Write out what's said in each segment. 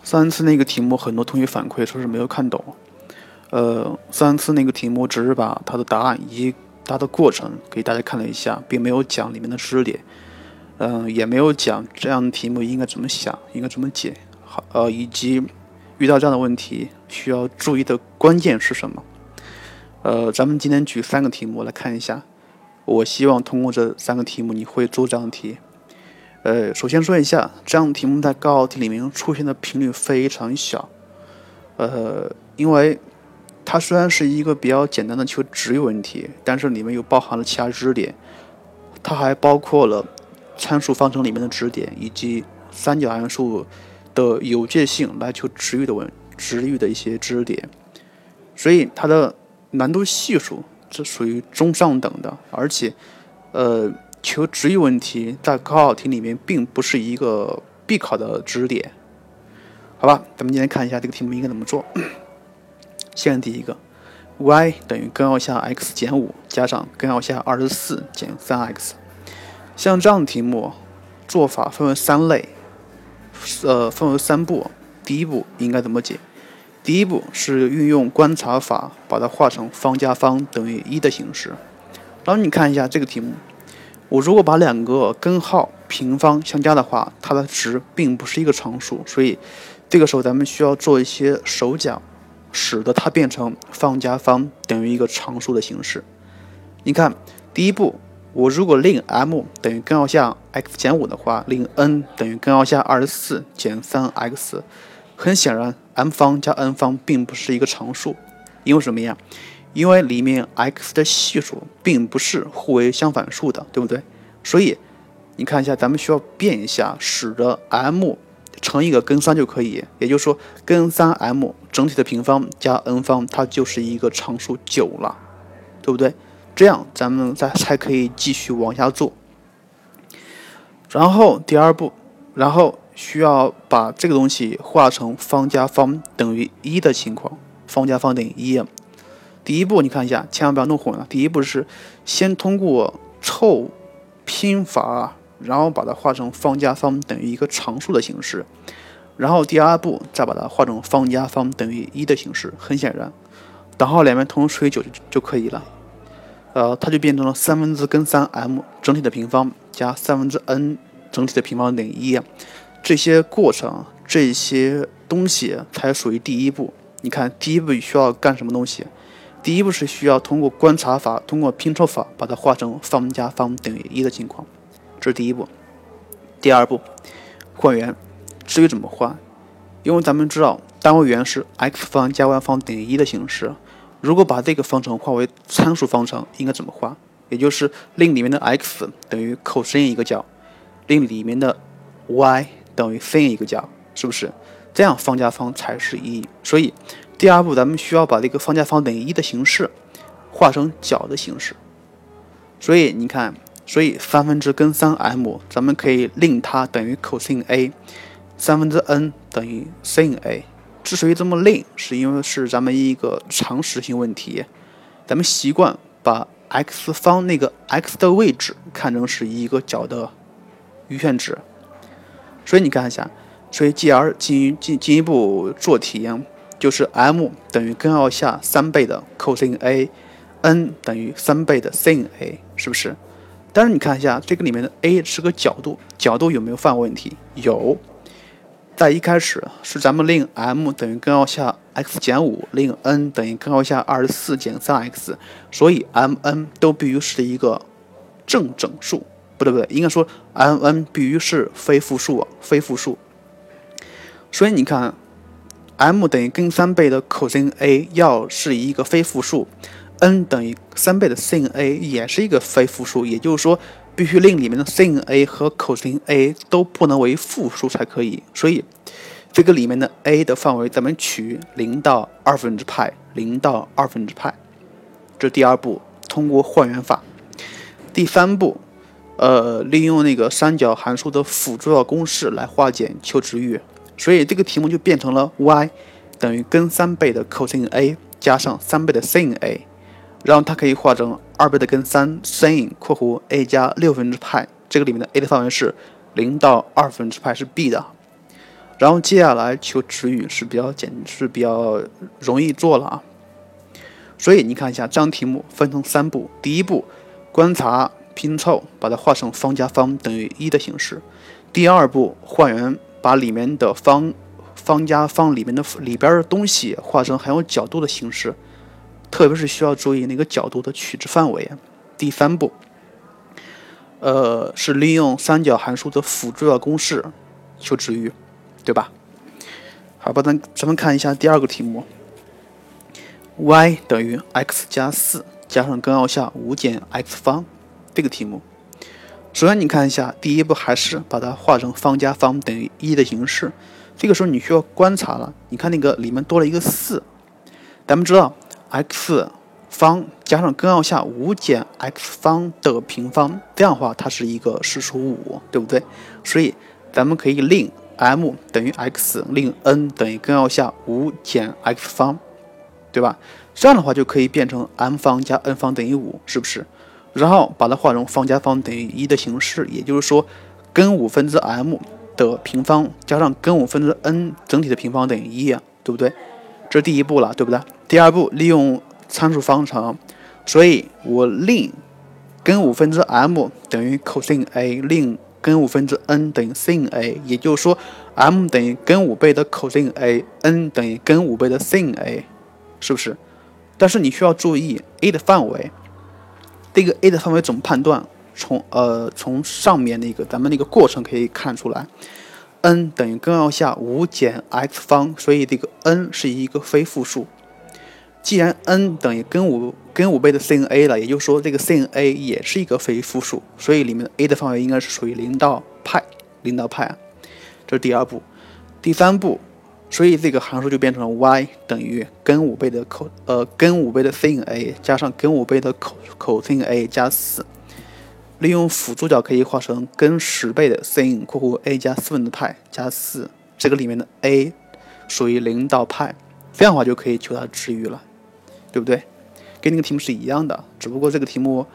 上次那个题目很多同学反馈说是没有看懂。上次那个题目只是把它的答案以及它的过程给大家看了一下，并没有讲里面的知识点，也没有讲这样的题目应该怎么想，应该怎么解，以及遇到这样的问题需要注意的关键是什么。咱们今天举3个题目来看一下，我希望通过这3个题目你会做这样的题。首先说一下，这样的题目在高考题里面出现的频率非常小。因为它虽然是一个比较简单的求值域问题，但是里面又包含了其他知识点，它还包括了参数方程里面的知识点，以及三角函数的有界性来求值域的一些知识点，所以它的难度系数这属于中上等的，而且求值域问题在高考题里面并不是一个必考的知识点。好吧，咱们今天看一下这个题目应该怎么做。先第一个 y 等于根号下 x 减5加上根号下24减 3x。 像这样的题目做法分为3类，分为3步。第一步应该怎么解？第一步是运用观察法把它化成方加方等于1的形式。然后你看一下这个题目，我如果把2个根号平方相加的话，它的值并不是一个常数，所以这个时候咱们需要做一些手脚，使得它变成方加方等于一个常数的形式。你看第一步，我如果令 m 等于根号下 x 减5的话，令 n 等于根号下24减 3x。 很显然 m 方加 n 方并不是一个常数，因为什么呀？因为里面 x 的系数并不是互为相反数的，对不对？所以你看一下，咱们需要变一下，使得 m 乘一个根3就可以，也就是说根 3m 整体的平方加 n 方，它就是一个常数9了，对不对？这样咱们才可以继续往下做。然后第二步，然后需要把这个东西化成方加方等于1的情况，方加方等于1。第一步你看一下，千万不要弄混了。第一步是先通过凑拼法，然后把它化成方加方等于一个常数的形式，然后第二步再把它化成方加方等于1的形式。很显然等号两边同时除以9就可以了。它就变成了3/3根 3m 整体的平方加3/n 整体的平方等于1。这些过程这些东西才属于第一步。你看第一步需要干什么东西？第一步是需要通过观察法，通过拼凑法把它化成方加方等于1的情况，这是第一步。第二步换元。至于怎么换，因为咱们知道单位元是 x 方加 y 方等于1的形式，如果把这个方程化为参数方程应该怎么换？也就是令里面的 x 等于 cos 一个角，令里面的 y 等于 sin 一个角，是不是？这样方加方才是1。所以第二步咱们需要把这个方加方等于1的形式化成角的形式。所以你看，所以3/3根 3m 咱们可以令它等于 cos a， 3/n 等于 sin a。 之所以这么令，是因为是咱们一个常识性问题，咱们习惯把 x 方那个 x 的位置看成是一个角的余弦值。所以你看一下，所以继而进一步做题，就是 m 等于根号下3倍的 cos a， n 等于3倍的 sin a， 是不是？但是你看一下这个里面的 a 是个角度，角度有没有犯问题？有。在一开始是咱们令 m 等于根号下 x 减5，令 n 等于根号下24减 3x， 所以 mn 都必须是一个正整数，不对，应该说 mn 必须是非负数，所以你看 m 等于根3倍的 cos a 要是一个非负数， n 等于3倍的 sin a 也是一个非负数，也就是说必须令里面的 sin a 和 cos a 都不能为负数才可以。所以这个里面的 a 的范围咱们取0到2/派，0到2/派，这是第二步，通过换元法。第三步利用那个三角函数的辅助要公式来化简求值域。所以这个题目就变成了 y 等于根3倍的 cos a 加上3倍的 sin a， 然后它可以化成2倍的根3 sin括弧 a 加6/派，这个里面的 a 的范围是0到2/派是 b 的。 然后接下来求值域是比较容易做了啊。所以你看一下这样题目分成3步，第一步观察拼凑，把它画成方加方等于1的形式。第二步还原，把里面的方加方里边的东西画成含有角度的形式，特别是需要注意那个角度的取值范围。第三步是利用三角函数的辅助的公式求值域，对吧？好吧，咱们看一下第二个题目。y 等于 x 加4加上根号下5减 x 方这个题目，首先你看一下，第一步还是把它画成方加方等于1的形式。这个时候你需要观察了，你看那个里面多了一个4，咱们知道 x 方加上根号下5减 x 方的平方，这样的话它是一个实数5，对不对？所以咱们可以令 m 等于 x， 令 n等于根号下5减 x 方，对吧？这样的话就可以变成 m 方加 n 方等于5，是不是？然后把它画成方加方等于1的形式，也就是说根5分之 m 的平方加上根5分之 n 整体的平方等于1啊，对不对？这是第一步了，对不对？第二步利用参数方程，所以我令根5分之 m 等于 cos a， 令根5分之 n 等于 sin a， 也就是说 m 等于根5倍的 cos a， n 等于根5倍的 sin a， 是不是？但是你需要注意 a 的范围，这个 a 的范围怎么判断？从上面咱们那个过程可以看出来 ，n 等于根号下5减 x 方，所以这个 n 是一个非负数。既然 n 等于根5倍的 sin a 了，也就是说这个 sin a 也是一个非负数，所以里面的 a 的范围应该是属于0到派啊。这是第二步。第三步，所以这个函数就变成了 y 等于根5倍的sin a 加上根5倍的 cos a 加4。利用辅助角可以画成根10倍的 sin 括弧 a 加4分之派加4，这个里面的 a 属于0到派，这样的话就可以求它值域了，对不对？跟那个题目是一样的，只不过这个题目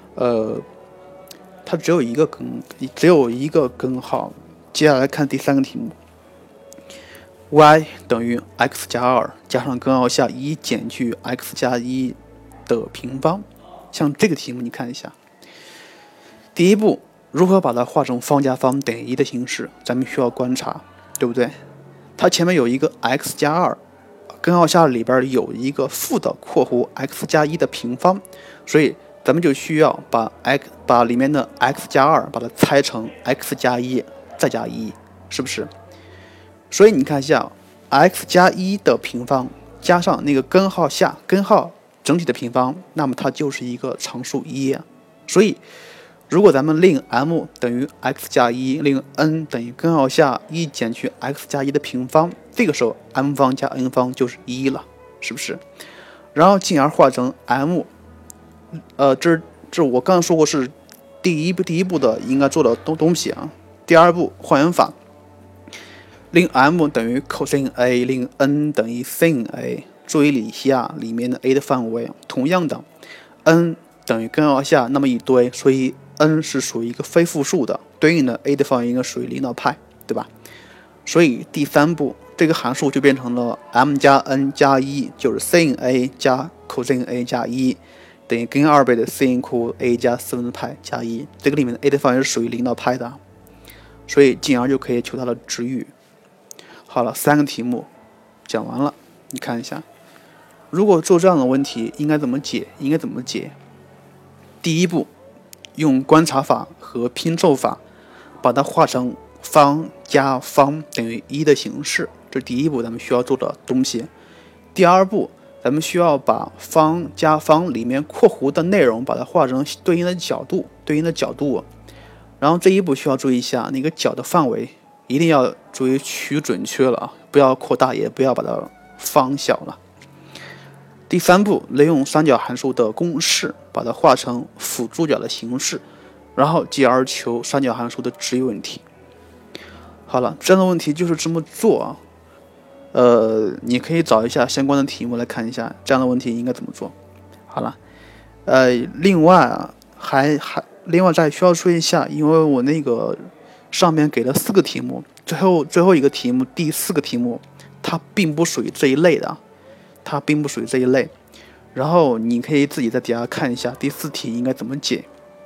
它只有一个根号。接下来看第三个题目， y 等于 x 加2加上根号下1减去 x 加1的平方。像这个题目你看一下，第一步如何把它画成方加方等于1的形式，咱们需要观察，对不对？它前面有一个 x 加2，根号下里边有一个负的括弧 x 加1的平方，所以咱们就需要把里面的 x 加2把它拆成 x 加1再加1，是不是？所以你看一下 x 加1的平方加上那个根号整体的平方，那么它就是一个常数1。所以如果咱们令 m 等于 x 加1，令 n 等于根号下1减去 x 加1的平方，这个时候 m 方加 n 方就是1了，是不是？然后进而化成 m， 这我刚才说过是第一步的应该做的东西啊。第二步还原法，令 m 等于 cos a， 令 n 等于 sin a。注意一下里面的 a 的范围，同样的 n 等于根号下那么一堆，所以 n 是属于一个非负数的，对应的 a 的范围应该属于0到派，对吧？所以第三步这个函数就变成了 m 加 n 加1，就是 sin a 加 cos a 加1等于根2倍的 sin 括 a 加4分之派加1，这个里面的 a 的范围是属于0到派的，所以进而就可以求它的值域。好了，3个题目讲完了，你看一下，如果做这样的问题应该怎么解？第一步，用观察法和拼凑法把它画成方加方等于1的形式，这是第一步咱们需要做的东西。第二步，咱们需要把方加方里面括弧的内容把它画成对应的角度。然后这一步需要注意一下那个角的范围，一定要注意取准确了，不要扩大，也不要把它放小了。第三步，利用三角函数的公式把它画成辅助角的形式，然后继而求三角函数的值域问题。好了，这样的问题就是这么做啊。你可以找一下相关的题目来看一下这样的问题应该怎么做。好了，另外再需要说一下，因为我那个上面给了4个题目， 最后一个题目，第4个题目，它并不属于这一类的，它并不属于这一类。然后你可以自己在底下看一下第4题应该怎么解。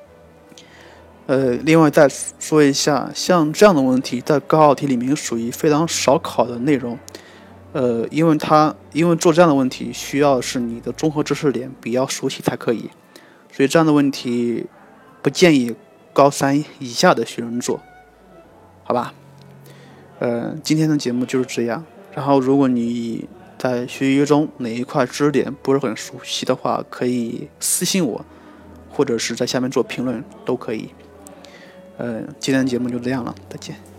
另外再说一下，像这样的问题在高考题里面属于非常少考的内容。因为做这样的问题需要是你的综合知识点比较熟悉才可以，所以这样的问题不建议高3以下的学生做，好吧？今天的节目就是这样。然后如果你在学习中哪一块知识点不是很熟悉的话，可以私信我，或者是在下面做评论都可以。今天的节目就这样了，再见。